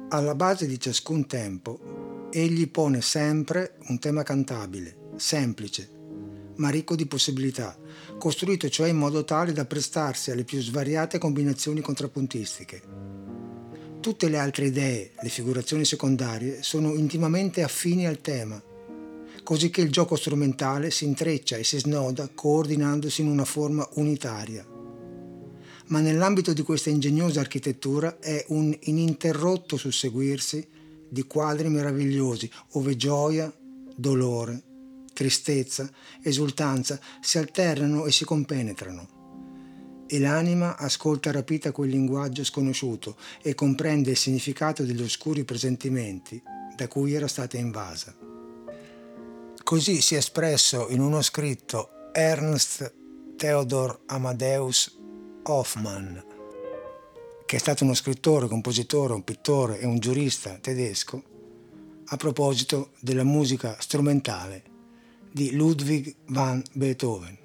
Alla base di ciascun tempo, egli pone sempre un tema cantabile, semplice, ma ricco di possibilità, costruito cioè in modo tale da prestarsi alle più svariate combinazioni contrappuntistiche. Tutte le altre idee, le figurazioni secondarie, sono intimamente affini al tema, così che il gioco strumentale si intreccia e si snoda coordinandosi in una forma unitaria. Ma nell'ambito di questa ingegnosa architettura è un ininterrotto susseguirsi di quadri meravigliosi, ove gioia, dolore, tristezza, esultanza si alternano e si compenetrano. E l'anima ascolta rapita quel linguaggio sconosciuto e comprende il significato degli oscuri presentimenti da cui era stata invasa. Così si è espresso in uno scritto Ernst Theodor Amadeus Hoffmann, che è stato uno scrittore, compositore, un pittore e un giurista tedesco, a proposito della musica strumentale di Ludwig van Beethoven.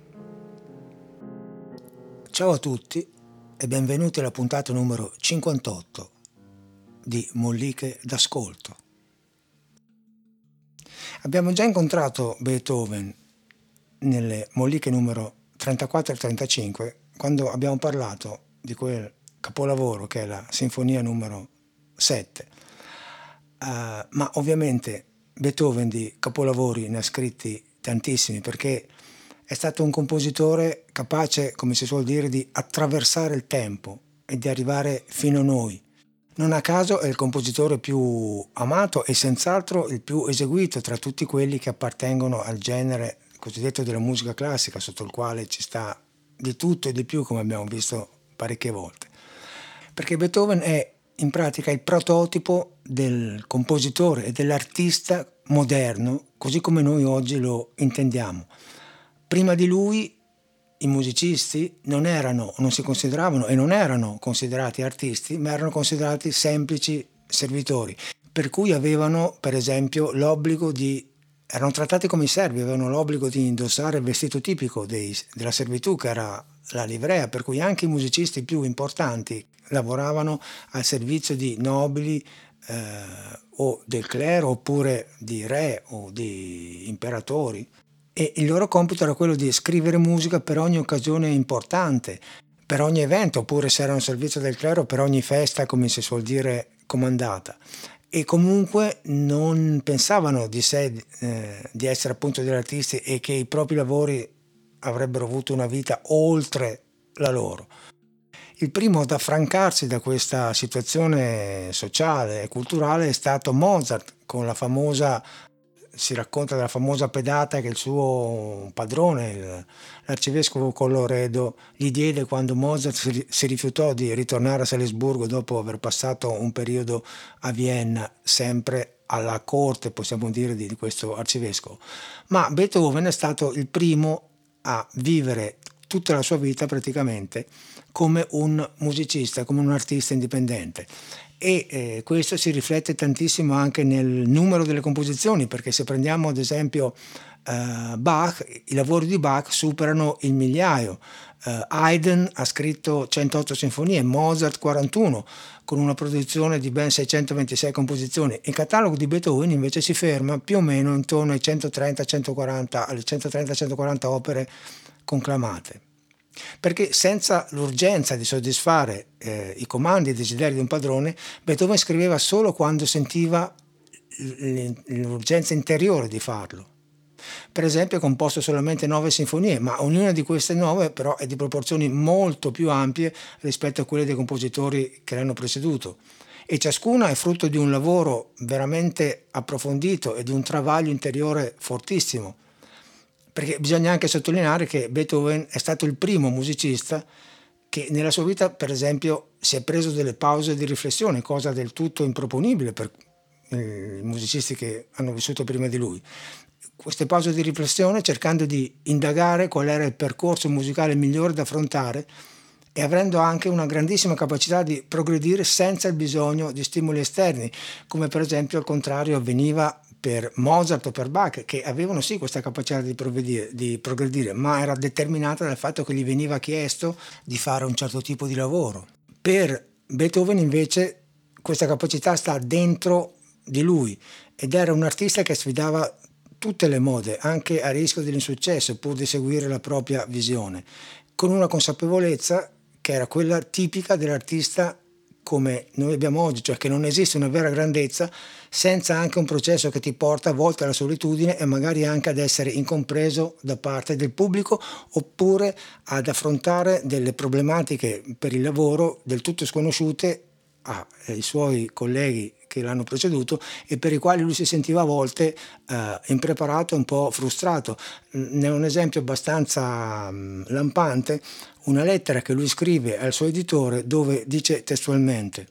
Ciao a tutti e benvenuti alla puntata numero 58 di Molliche d'Ascolto. Abbiamo già incontrato Beethoven nelle Molliche numero 34 e 35 quando abbiamo parlato di quel capolavoro che è la Sinfonia numero 7. Ma ovviamente Beethoven di capolavori ne ha scritti tantissimi, perché è stato un compositore capace, come si suol dire, di attraversare il tempo e di arrivare fino a noi. Non a caso è il compositore più amato e senz'altro il più eseguito tra tutti quelli che appartengono al genere cosiddetto della musica classica, sotto il quale ci sta di tutto e di più, come abbiamo visto parecchie volte. Perché Beethoven è in pratica il prototipo del compositore e dell'artista moderno, così come noi oggi lo intendiamo. Prima di lui i musicisti non si consideravano e non erano considerati artisti, ma erano considerati semplici servitori, per cui avevano, per esempio, erano trattati come i servi, avevano l'obbligo di indossare il vestito tipico della servitù, che era la livrea, per cui anche i musicisti più importanti lavoravano al servizio di nobili o del clero, oppure di re o di imperatori. E il loro compito era quello di scrivere musica per ogni occasione importante, per ogni evento, oppure se erano al servizio del clero, per ogni festa, come si suol dire, comandata. E comunque non pensavano di sé di essere appunto degli artisti e che i propri lavori avrebbero avuto una vita oltre la loro. Il primo ad affrancarsi da questa situazione sociale e culturale è stato Mozart, con si racconta della famosa pedata che il suo padrone, l'arcivescovo Colloredo, gli diede quando Mozart si rifiutò di ritornare a Salisburgo dopo aver passato un periodo a Vienna, sempre alla corte, possiamo dire, di questo arcivescovo. Ma Beethoven è stato il primo a vivere tutta la sua vita praticamente come un musicista, come un artista indipendente. E questo si riflette tantissimo anche nel numero delle composizioni, perché se prendiamo ad esempio Bach, i lavori di Bach superano il migliaio. Haydn ha scritto 108 sinfonie, Mozart 41, con una produzione di ben 626 composizioni. Il catalogo di Beethoven invece si ferma più o meno intorno ai 130-140 opere conclamate. Perché senza l'urgenza di soddisfare i comandi e i desideri di un padrone, Beethoven scriveva solo quando sentiva l'urgenza interiore di farlo. Per esempio ha composto solamente 9 sinfonie, ma ognuna di queste 9 però è di proporzioni molto più ampie rispetto a quelle dei compositori che l'hanno preceduto, e ciascuna è frutto di un lavoro veramente approfondito e di un travaglio interiore fortissimo. Perché bisogna anche sottolineare che Beethoven è stato il primo musicista che nella sua vita, per esempio, si è preso delle pause di riflessione, cosa del tutto improponibile per i musicisti che hanno vissuto prima di lui. Queste pause di riflessione cercando di indagare qual era il percorso musicale migliore da affrontare e avendo anche una grandissima capacità di progredire senza il bisogno di stimoli esterni, come per esempio al contrario avveniva per Mozart o per Bach, che avevano sì questa capacità di progredire, ma era determinata dal fatto che gli veniva chiesto di fare un certo tipo di lavoro. Per Beethoven invece questa capacità sta dentro di lui ed era un artista che sfidava tutte le mode, anche a rischio dell'insuccesso, pur di seguire la propria visione, con una consapevolezza che era quella tipica dell'artista come noi abbiamo oggi, cioè che non esiste una vera grandezza senza anche un processo che ti porta a volte alla solitudine e magari anche ad essere incompreso da parte del pubblico, oppure ad affrontare delle problematiche per il lavoro del tutto sconosciute ai suoi colleghi che l'hanno preceduto e per i quali lui si sentiva a volte impreparato e un po' frustrato. Ne è un esempio abbastanza lampante, una lettera che lui scrive al suo editore dove dice testualmente: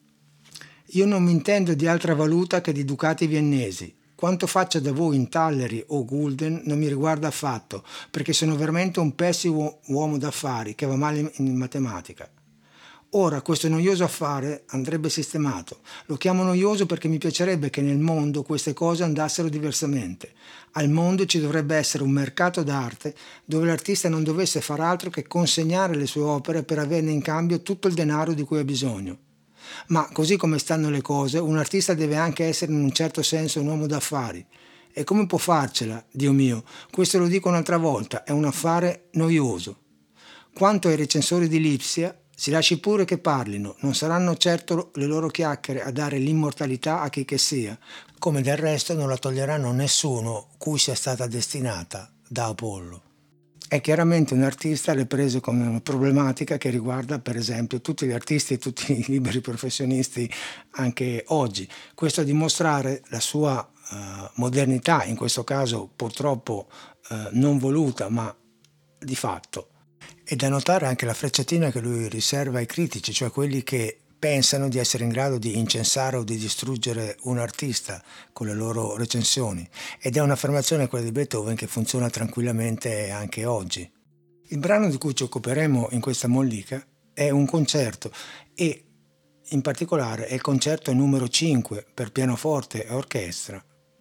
«Io non mi intendo di altra valuta che di ducati viennesi. Quanto faccia da voi in talleri o gulden non mi riguarda affatto, perché sono veramente un pessimo uomo d'affari che va male in matematica. Ora questo noioso affare andrebbe sistemato. Lo chiamo noioso perché mi piacerebbe che nel mondo queste cose andassero diversamente. Al mondo ci dovrebbe essere un mercato d'arte dove l'artista non dovesse far altro che consegnare le sue opere per averne in cambio tutto il denaro di cui ha bisogno. Ma così come stanno le cose, un artista deve anche essere in un certo senso un uomo d'affari. E come può farcela, Dio mio? Questo lo dico un'altra volta, è un affare noioso. Quanto ai recensori di Lipsia, si lasci pure che parlino, non saranno certo le loro chiacchiere a dare l'immortalità a chi che sia, come del resto non la toglieranno nessuno cui sia stata destinata da Apollo». È chiaramente un artista alle prese con una problematica che riguarda per esempio tutti gli artisti e tutti i liberi professionisti anche oggi. Questo a dimostrare la sua modernità, in questo caso purtroppo non voluta ma di fatto. È da notare anche la frecciatina che lui riserva ai critici, cioè quelli che pensano di essere in grado di incensare o di distruggere un artista con le loro recensioni, ed è un'affermazione, quella di Beethoven, che funziona tranquillamente anche oggi. Il brano di cui ci occuperemo in questa mollica è un concerto e in particolare è il concerto numero 5 per pianoforte e orchestra,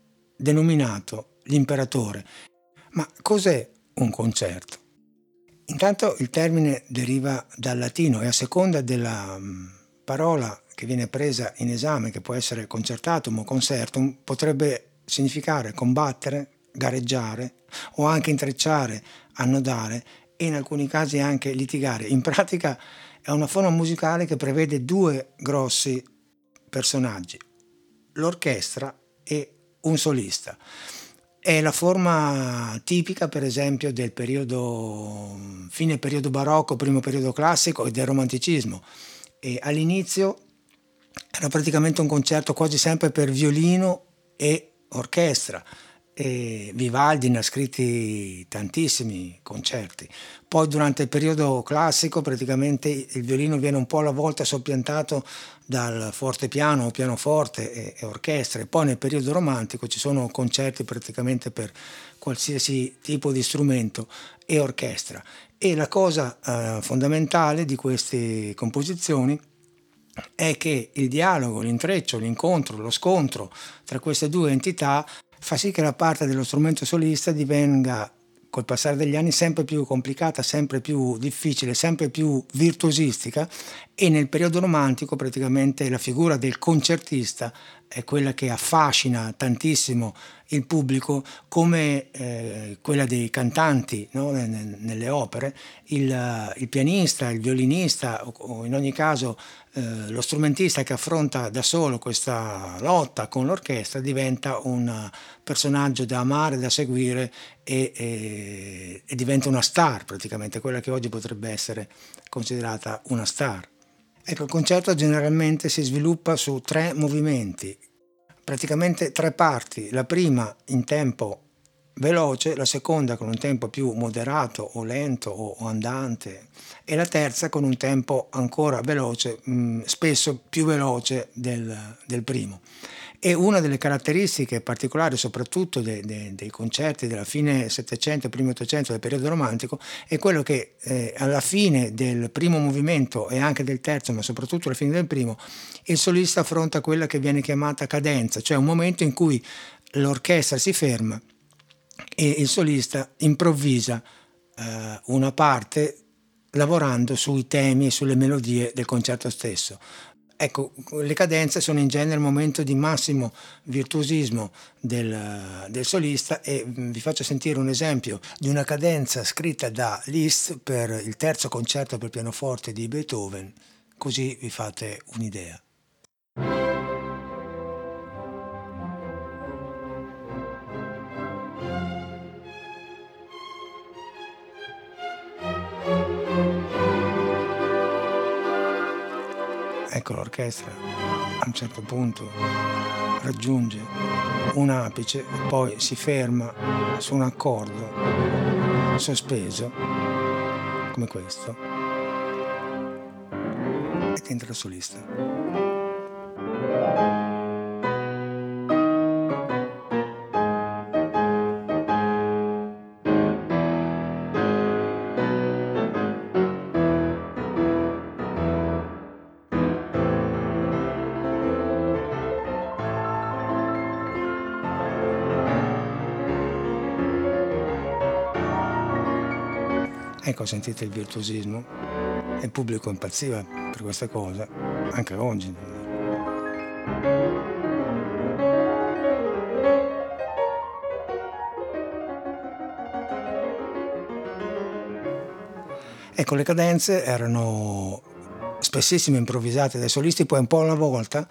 denominato L'Imperatore. Ma cos'è un concerto? Intanto il termine deriva dal latino e a seconda della parola che viene presa in esame, che può essere concertatum o concertum, potrebbe significare combattere, gareggiare o anche intrecciare, annodare e in alcuni casi anche litigare. In pratica è una forma musicale che prevede due grossi personaggi, l'orchestra e un solista. È la forma tipica, per esempio, del periodo, fine periodo barocco, primo periodo classico e del romanticismo. E all'inizio era praticamente un concerto quasi sempre per violino e orchestra. E Vivaldi ne ha scritti tantissimi concerti. Poi durante il periodo classico praticamente il violino viene un po' alla volta soppiantato dal fortepiano o pianoforte e orchestra, e poi nel periodo romantico ci sono concerti praticamente per qualsiasi tipo di strumento e orchestra. E la cosa fondamentale di queste composizioni è che il dialogo, l'intreccio, l'incontro, lo scontro tra queste due entità fa sì che la parte dello strumento solista divenga col passare degli anni sempre più complicata, sempre più difficile, sempre più virtuosistica, e nel periodo romantico praticamente la figura del concertista è quella che affascina tantissimo il pubblico, come quella dei cantanti, no? Nelle opere, il pianista, il violinista o in ogni caso lo strumentista che affronta da solo questa lotta con l'orchestra diventa un personaggio da amare, da seguire e diventa una star, praticamente quella che oggi potrebbe essere considerata una star. Ecco, il concerto generalmente si sviluppa su 3 movimenti, praticamente 3 parti, la prima in tempo veloce, la seconda con un tempo più moderato o lento o andante e la terza con un tempo ancora veloce, spesso più veloce del primo. E una delle caratteristiche particolari soprattutto dei concerti della fine Settecento, primo Ottocento, del periodo romantico, è quello che alla fine del primo movimento e anche del terzo, ma soprattutto alla fine del primo, il solista affronta quella che viene chiamata cadenza, cioè un momento in cui l'orchestra si ferma e il solista improvvisa una parte lavorando sui temi e sulle melodie del concerto stesso. Ecco, le cadenze sono in genere il momento di massimo virtuosismo del solista, e vi faccio sentire un esempio di una cadenza scritta da Liszt per il terzo concerto per pianoforte di Beethoven, così vi fate un'idea. Ecco, l'orchestra a un certo punto raggiunge un apice e poi si ferma su un accordo sospeso come questo ed entra il solista. Ecco, sentite il virtuosismo? E il pubblico impazziva per questa cosa, anche oggi. Ecco, le cadenze erano spessissimo improvvisate dai solisti, poi un po' alla volta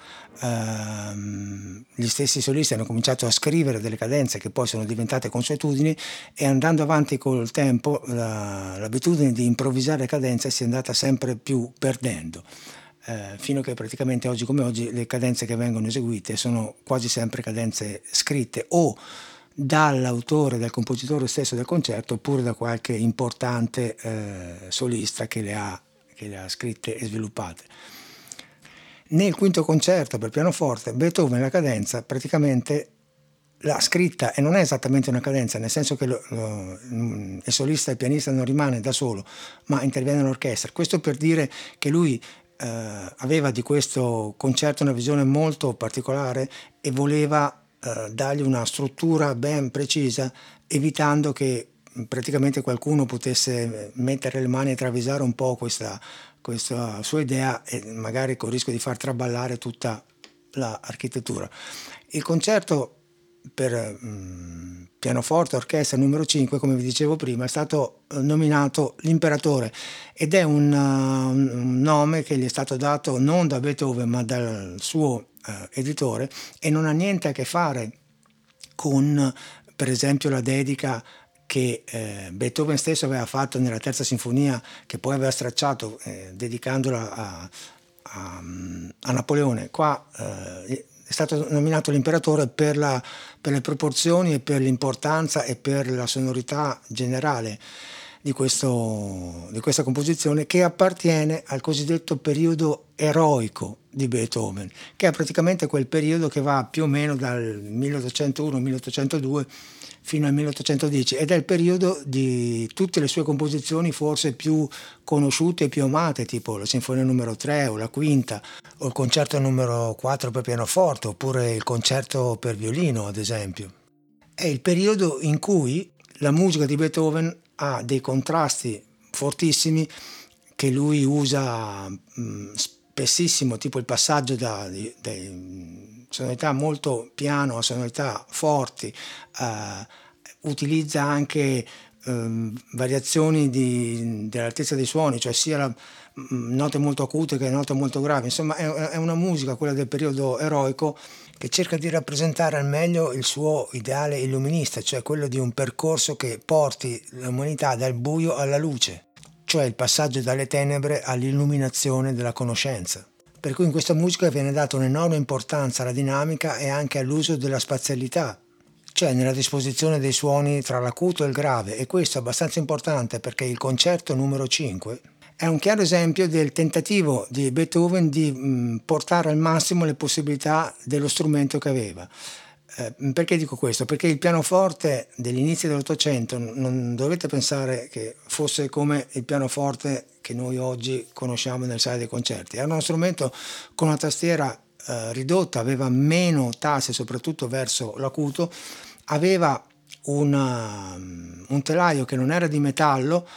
gli stessi solisti hanno cominciato a scrivere delle cadenze che poi sono diventate consuetudini, e andando avanti col tempo l'abitudine di improvvisare cadenze si è andata sempre più perdendo, fino a che praticamente oggi come oggi le cadenze che vengono eseguite sono quasi sempre cadenze scritte o dall'autore, dal compositore stesso del concerto, oppure da qualche importante solista che le ha scritte e sviluppate. Nel quinto concerto per pianoforte Beethoven la cadenza praticamente l'ha scritta, e non è esattamente una cadenza, nel senso che il solista, il pianista non rimane da solo, ma interviene l'orchestra. Questo per dire che lui aveva di questo concerto una visione molto particolare e voleva dargli una struttura ben precisa, evitando che praticamente qualcuno potesse mettere le mani e travisare un po' questa sua idea, e magari con il rischio di far traballare tutta l'architettura. Il concerto per pianoforte orchestra numero 5, come vi dicevo prima, è stato nominato l'Imperatore, ed è un nome che gli è stato dato non da Beethoven ma dal suo editore, e non ha niente a che fare con, per esempio, la dedica che Beethoven stesso aveva fatto nella terza sinfonia, che poi aveva stracciato dedicandola a Napoleone. Qua è stato nominato l'Imperatore per le proporzioni e per l'importanza e per la sonorità generale di questa composizione, che appartiene al cosiddetto periodo eroico di Beethoven, che è praticamente quel periodo che va più o meno dal 1801-1802 fino al 1810, ed è il periodo di tutte le sue composizioni forse più conosciute e più amate, tipo la Sinfonia numero 3 o la quinta, o il concerto numero 4 per pianoforte, oppure il concerto per violino, ad esempio. È il periodo in cui la musica di Beethoven ha dei contrasti fortissimi che lui usa spessissimo, tipo il passaggio da sonorità molto piano a sonorità forti, utilizza anche variazioni dell'altezza dei suoni, cioè sia note molto acute che note molto gravi. Insomma, è una musica, quella del periodo eroico, che cerca di rappresentare al meglio il suo ideale illuminista, cioè quello di un percorso che porti l'umanità dal buio alla luce, cioè il passaggio dalle tenebre all'illuminazione della conoscenza. Per cui in questa musica viene data un'enorme importanza alla dinamica e anche all'uso della spazialità, cioè nella disposizione dei suoni tra l'acuto e il grave, e questo è abbastanza importante perché il concerto numero 5 è un chiaro esempio del tentativo di Beethoven di portare al massimo le possibilità dello strumento che aveva. Perché dico questo? Perché il pianoforte degli inizi dell'Ottocento non dovete pensare che fosse come il pianoforte che noi oggi conosciamo nelle sale dei concerti. Era uno strumento con una tastiera ridotta, aveva meno taste, soprattutto verso l'acuto, aveva un telaio che non era di metallo,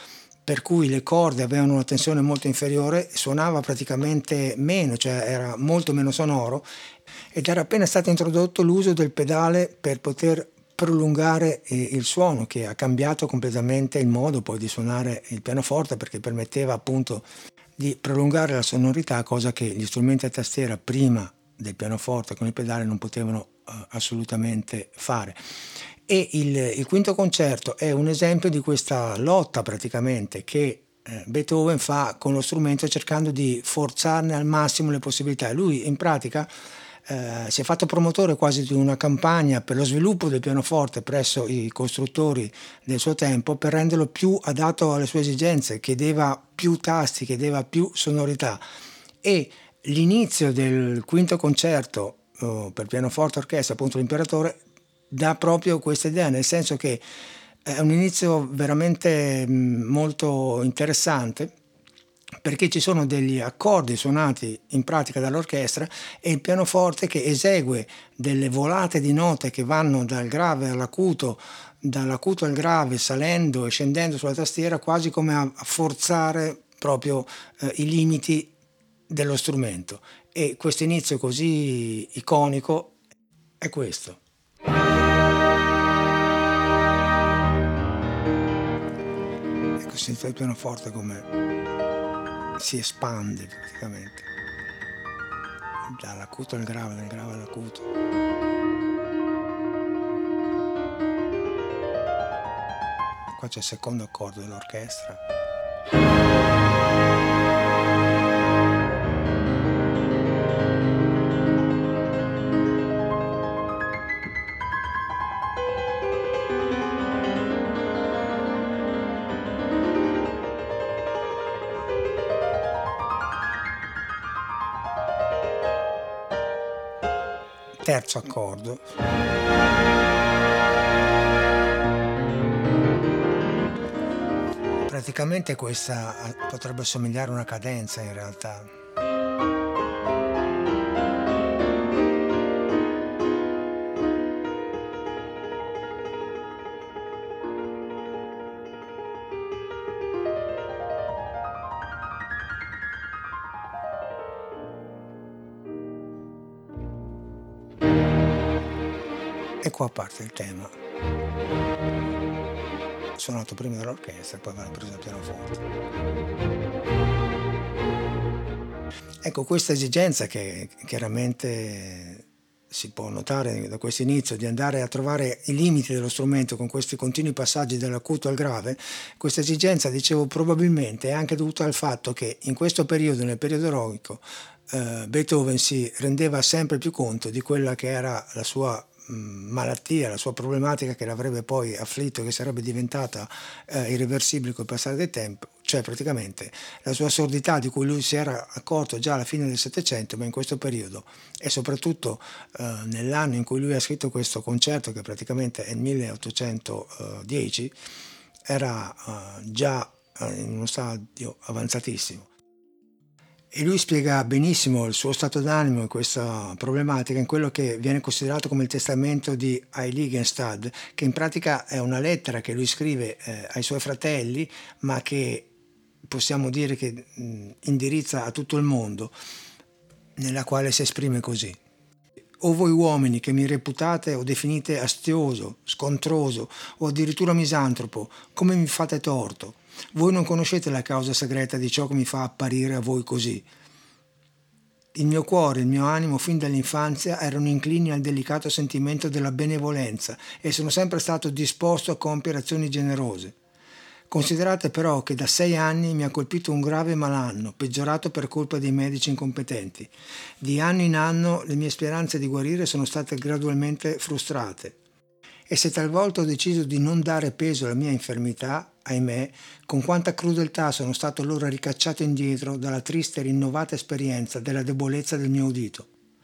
per cui le corde avevano una tensione molto inferiore, suonava praticamente meno, cioè era molto meno sonoro, ed era appena stato introdotto l'uso del pedale per poter prolungare il suono, che ha cambiato completamente il modo poi di suonare il pianoforte, perché permetteva appunto di prolungare la sonorità, cosa che gli strumenti a tastiera prima del pianoforte con il pedale non potevano assolutamente fare. E il quinto concerto è un esempio di questa lotta praticamente che Beethoven fa con lo strumento, cercando di forzarne al massimo le possibilità. Lui in pratica si è fatto promotore quasi di una campagna per lo sviluppo del pianoforte presso i costruttori del suo tempo, per renderlo più adatto alle sue esigenze. Chiedeva più tasti, chiedeva più sonorità, e l'inizio del quinto concerto per pianoforte orchestra, appunto l'Imperatore, dà proprio questa idea, nel senso che è un inizio veramente molto interessante, perché ci sono degli accordi suonati in pratica dall'orchestra e il pianoforte che esegue delle volate di note che vanno dal grave all'acuto, dall'acuto al grave, salendo e scendendo sulla tastiera, quasi come a forzare proprio i limiti dello strumento. E questo inizio così iconico è questo. Ecco, sentite il pianoforte come si espande praticamente dall'acuto al grave, dal grave all'acuto. Qua c'è il secondo accordo dell'orchestra. Terzo accordo. Praticamente questa potrebbe somigliare a una cadenza in realtà. E qua parte il tema, suonato prima dall'orchestra e poi va preso al pianoforte. Ecco, questa esigenza che chiaramente si può notare da questo inizio, di andare a trovare i limiti dello strumento con questi continui passaggi dall'acuto al grave, questa esigenza, dicevo, probabilmente è anche dovuta al fatto che in questo periodo, nel periodo eroico, Beethoven si rendeva sempre più conto di quella che era la sua malattia, la sua problematica, che l'avrebbe poi afflitto, che sarebbe diventata irreversibile col passare del tempo, cioè praticamente la sua sordità, di cui lui si era accorto già alla fine del Settecento, ma in questo periodo, e soprattutto nell'anno in cui lui ha scritto questo concerto, che praticamente è il 1810, era già in uno stadio avanzatissimo. E lui spiega benissimo il suo stato d'animo in questa problematica in quello che viene considerato come il testamento di Heiligenstadt, che in pratica è una lettera che lui scrive ai suoi fratelli, ma che possiamo dire che indirizza a tutto il mondo, nella quale si esprime così: o voi uomini che mi reputate o definite astioso, scontroso o addirittura misantropo, come mi fate torto? Voi non conoscete la causa segreta di ciò che mi fa apparire a voi così. Il mio cuore, il mio animo fin dall'infanzia erano inclini al delicato sentimento della benevolenza e sono sempre stato disposto a compiere azioni generose. Considerate però che da 6 anni mi ha colpito un grave malanno, peggiorato per colpa dei medici incompetenti. Di anno in anno le mie speranze di guarire sono state gradualmente frustrate. E se talvolta ho deciso di non dare peso alla mia infermità, ahimè, con quanta crudeltà sono stato allora ricacciato indietro dalla triste e rinnovata esperienza della debolezza del mio udito.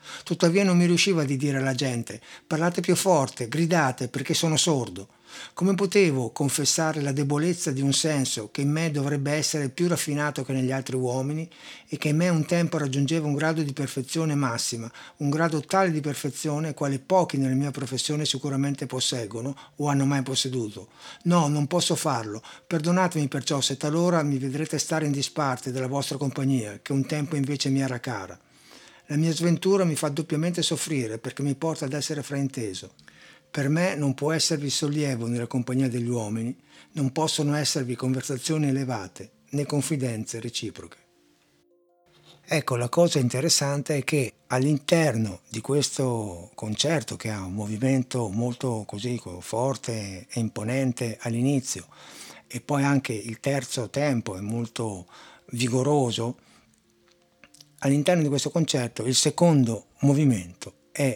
Tuttavia non mi riusciva di dire alla gente: parlate più forte, gridate perché sono sordo. Come potevo confessare la debolezza di un senso che in me dovrebbe essere più raffinato che negli altri uomini e che in me un tempo raggiungeva un grado di perfezione massima, un grado tale di perfezione quale pochi nella mia professione sicuramente posseggono o hanno mai posseduto? No, non posso farlo. Perdonatemi perciò se talora mi vedrete stare in disparte della vostra compagnia, che un tempo invece mi era cara. La mia sventura mi fa doppiamente soffrire perché mi porta ad essere frainteso. Per me non può esservi sollievo nella compagnia degli uomini, non possono esservi conversazioni elevate né confidenze reciproche. Ecco, la cosa interessante è che all'interno di questo concerto, che ha un movimento molto così forte e imponente all'inizio, e poi anche il terzo tempo è molto vigoroso, all'interno di questo concerto il secondo movimento è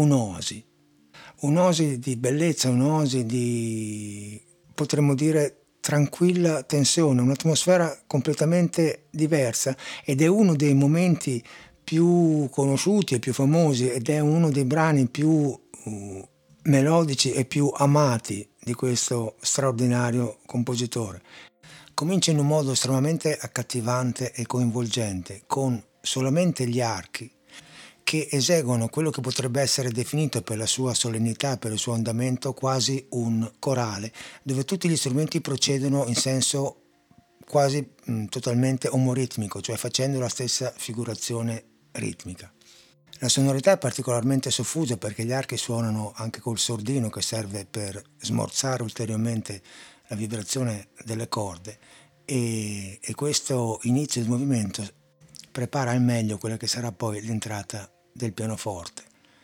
un'oasi di bellezza, un'oasi di, potremmo dire, tranquilla tensione, un'atmosfera completamente diversa, ed è uno dei momenti più conosciuti e più famosi, ed è uno dei brani più melodici e più amati di questo straordinario compositore. Comincia in un modo estremamente accattivante e coinvolgente, con solamente gli archi che eseguono quello che potrebbe essere definito, per la sua solennità, per il suo andamento, quasi un corale, dove tutti gli strumenti procedono in senso quasi totalmente omoritmico, cioè facendo la stessa figurazione ritmica. La sonorità è particolarmente soffusa perché gli archi suonano anche col sordino, che serve per smorzare ulteriormente la vibrazione delle corde, e questo inizio del movimento prepara al meglio quella che sarà poi l'entrata del pianoforte.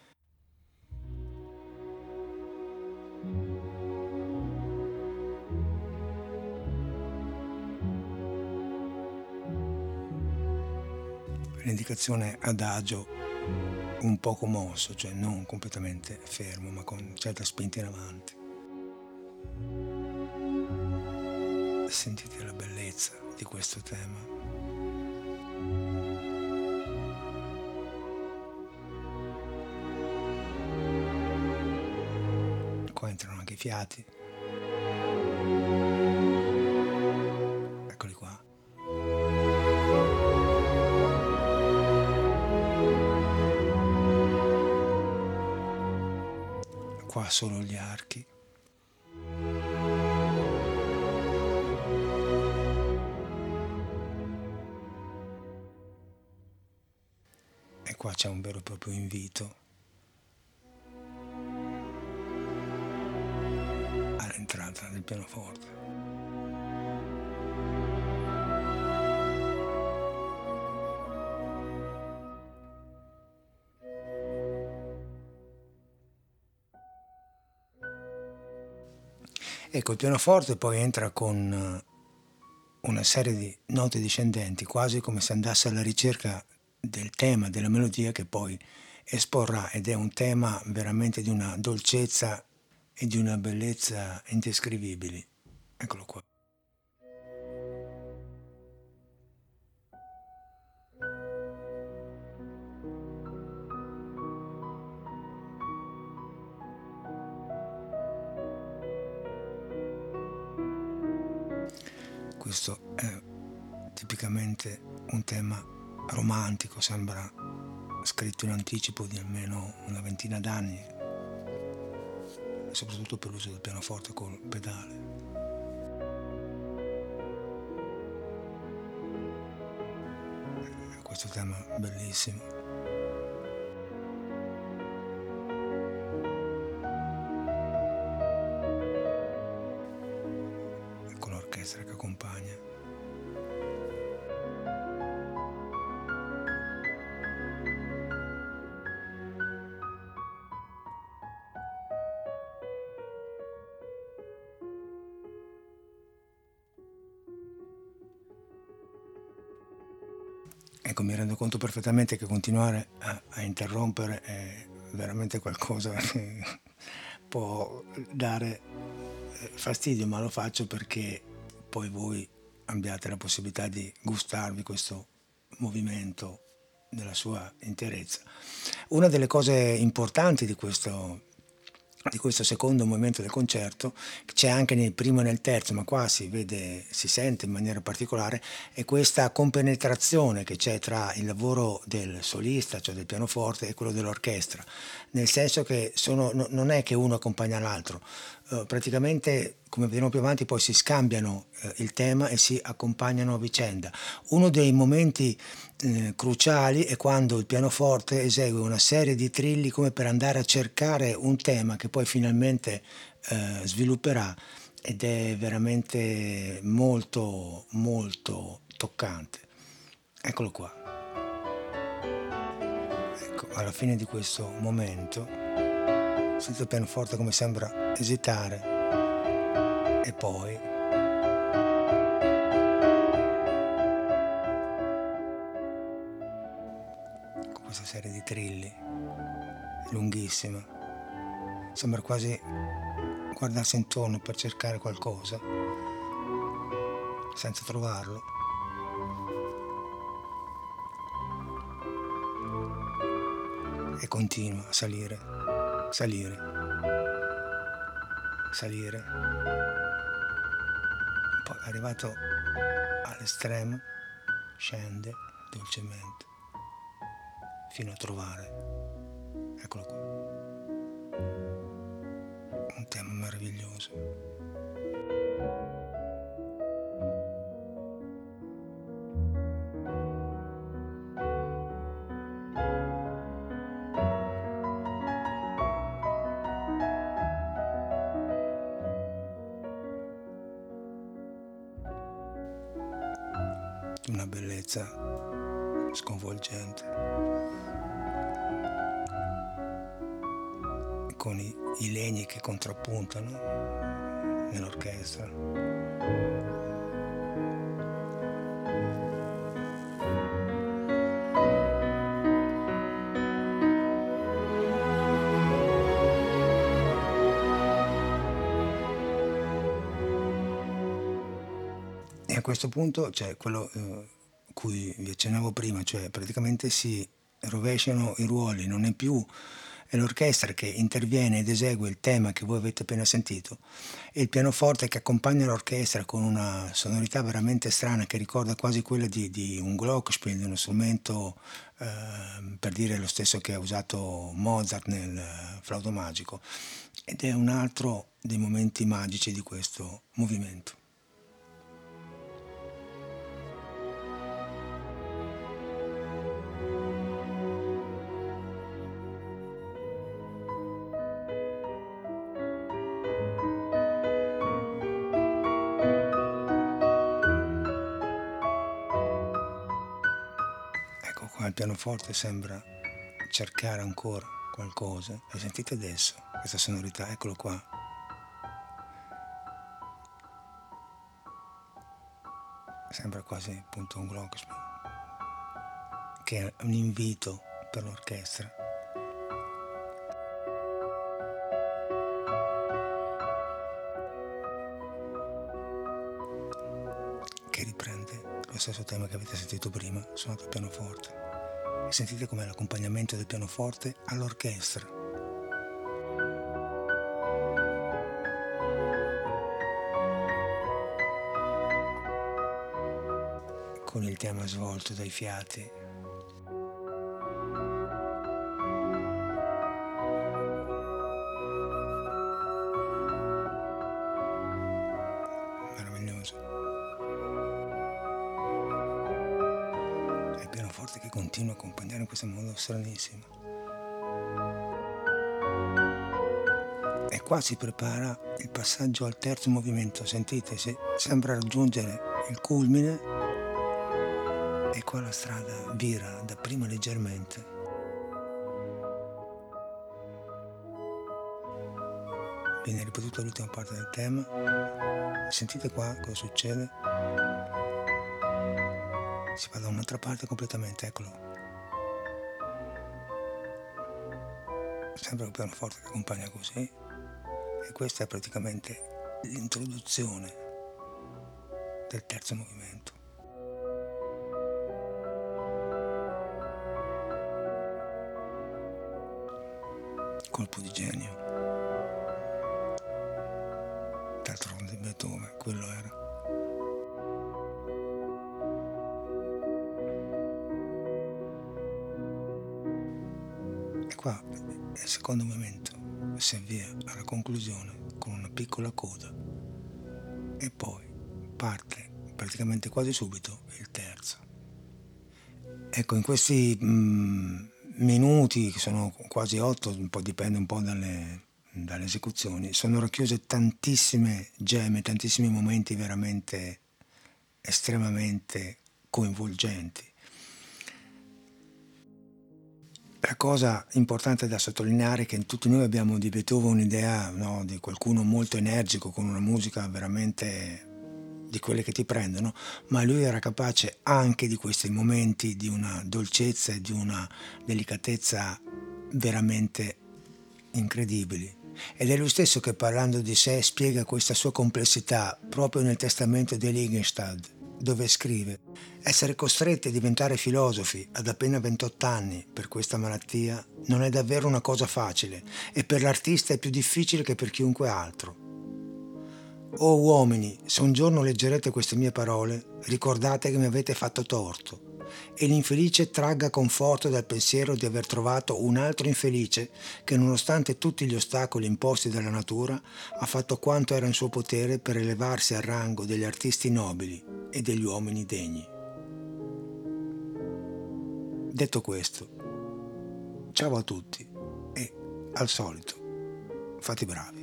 L'indicazione adagio un poco mosso, cioè non completamente fermo, ma con certa spinta in avanti. Sentite la bellezza di questo tema. Qua entrano anche i fiati. Eccoli qua. Qua solo gli archi. E qua c'è un vero e proprio invito all'entrata del pianoforte. Ecco, il pianoforte poi entra con una serie di note discendenti, quasi come se andasse alla ricerca del tema, della melodia che poi esporrà, ed è un tema veramente di una dolcezza e di una bellezza indescrivibili. Eccolo qua. Questo è tipicamente un tema romantico, sembra scritto in anticipo di almeno una ventina d'anni, soprattutto per l'uso del pianoforte col pedale. Questo tema bellissimo. Con l'orchestra che accompagna. Ecco, mi rendo conto perfettamente che continuare a interrompere è veramente qualcosa che può dare fastidio, ma lo faccio perché poi voi abbiate la possibilità di gustarvi questo movimento nella sua interezza. Una delle cose importanti di questo secondo movimento del concerto, c'è anche nel primo e nel terzo, ma qua si vede, si sente in maniera particolare, è questa compenetrazione che c'è tra il lavoro del solista, cioè del pianoforte, e quello dell'orchestra, nel senso che non è che uno accompagna l'altro, praticamente, come vedremo più avanti, poi si scambiano il tema e si accompagnano a vicenda. Uno dei momenti cruciali è quando il pianoforte esegue una serie di trilli come per andare a cercare un tema che poi finalmente svilupperà, ed è veramente molto molto toccante. Eccolo qua. Ecco, alla fine di questo momento sento il pianoforte come sembra esitare e poi con questa serie di trilli lunghissima sembra quasi guardarsi intorno per cercare qualcosa senza trovarlo, e continua a salire, salire, salire. Poi arrivato all'estremo scende dolcemente fino a trovare, eccolo qua, un tema meraviglioso. Una bellezza sconvolgente, con i legni che contrappuntano nell'orchestra. E a questo punto c'è quello cui vi accennavo prima, cioè praticamente si rovesciano i ruoli, non è più l'orchestra che interviene ed esegue il tema che voi avete appena sentito, e il pianoforte che accompagna l'orchestra con una sonorità veramente strana che ricorda quasi quella di un glockenspiel, di uno strumento per dire lo stesso che ha usato Mozart nel Flauto Magico, ed è un altro dei momenti magici di questo movimento. Ecco qua il pianoforte sembra cercare ancora qualcosa, e sentite adesso questa sonorità, eccolo qua. Sembra quasi appunto un glockenspiel, che è un invito per l'orchestra. Che riprende lo stesso tema che avete sentito prima, suonato al pianoforte. E sentite com'è l'accompagnamento del pianoforte all'orchestra. Con il tema svolto dai fiati. Meraviglioso. È il pianoforte che continua a accompagnare in questo modo stranissimo. E qua si prepara il passaggio al terzo movimento, sentite, sembra raggiungere il culmine, e qua la strada vira dapprima leggermente, viene ripetuta l'ultima parte del tema, sentite qua cosa succede, si va da un'altra parte completamente, eccolo, sempre il pianoforte che accompagna così, e questa è praticamente l'introduzione del terzo movimento. colpo di genio. D'altronde Beethoven, quello era. E qua il secondo momento si avvia alla conclusione con una piccola coda e poi parte praticamente quasi subito il terzo. Ecco, in questi minuti, che sono quasi 8, un po' dipende un po' dalle esecuzioni, sono racchiuse tantissime gemme, tantissimi momenti veramente estremamente coinvolgenti. La cosa importante da sottolineare è che tutti noi abbiamo di Beethoven un'idea, no, di qualcuno molto energico, con una musica veramente di quelle che ti prendono, ma lui era capace anche di questi momenti di una dolcezza e di una delicatezza veramente incredibili. Ed è lui stesso che, parlando di sé, spiega questa sua complessità proprio nel testamento di Heiligenstadt, dove scrive: essere costretti a diventare filosofi ad appena 28 anni per questa malattia non è davvero una cosa facile, e per l'artista è più difficile che per chiunque altro. Oh uomini, se un giorno leggerete queste mie parole, ricordate che mi avete fatto torto, e l'infelice tragga conforto dal pensiero di aver trovato un altro infelice che, nonostante tutti gli ostacoli imposti dalla natura, ha fatto quanto era in suo potere per elevarsi al rango degli artisti nobili e degli uomini degni. Detto questo, ciao a tutti e, al solito, fate i bravi.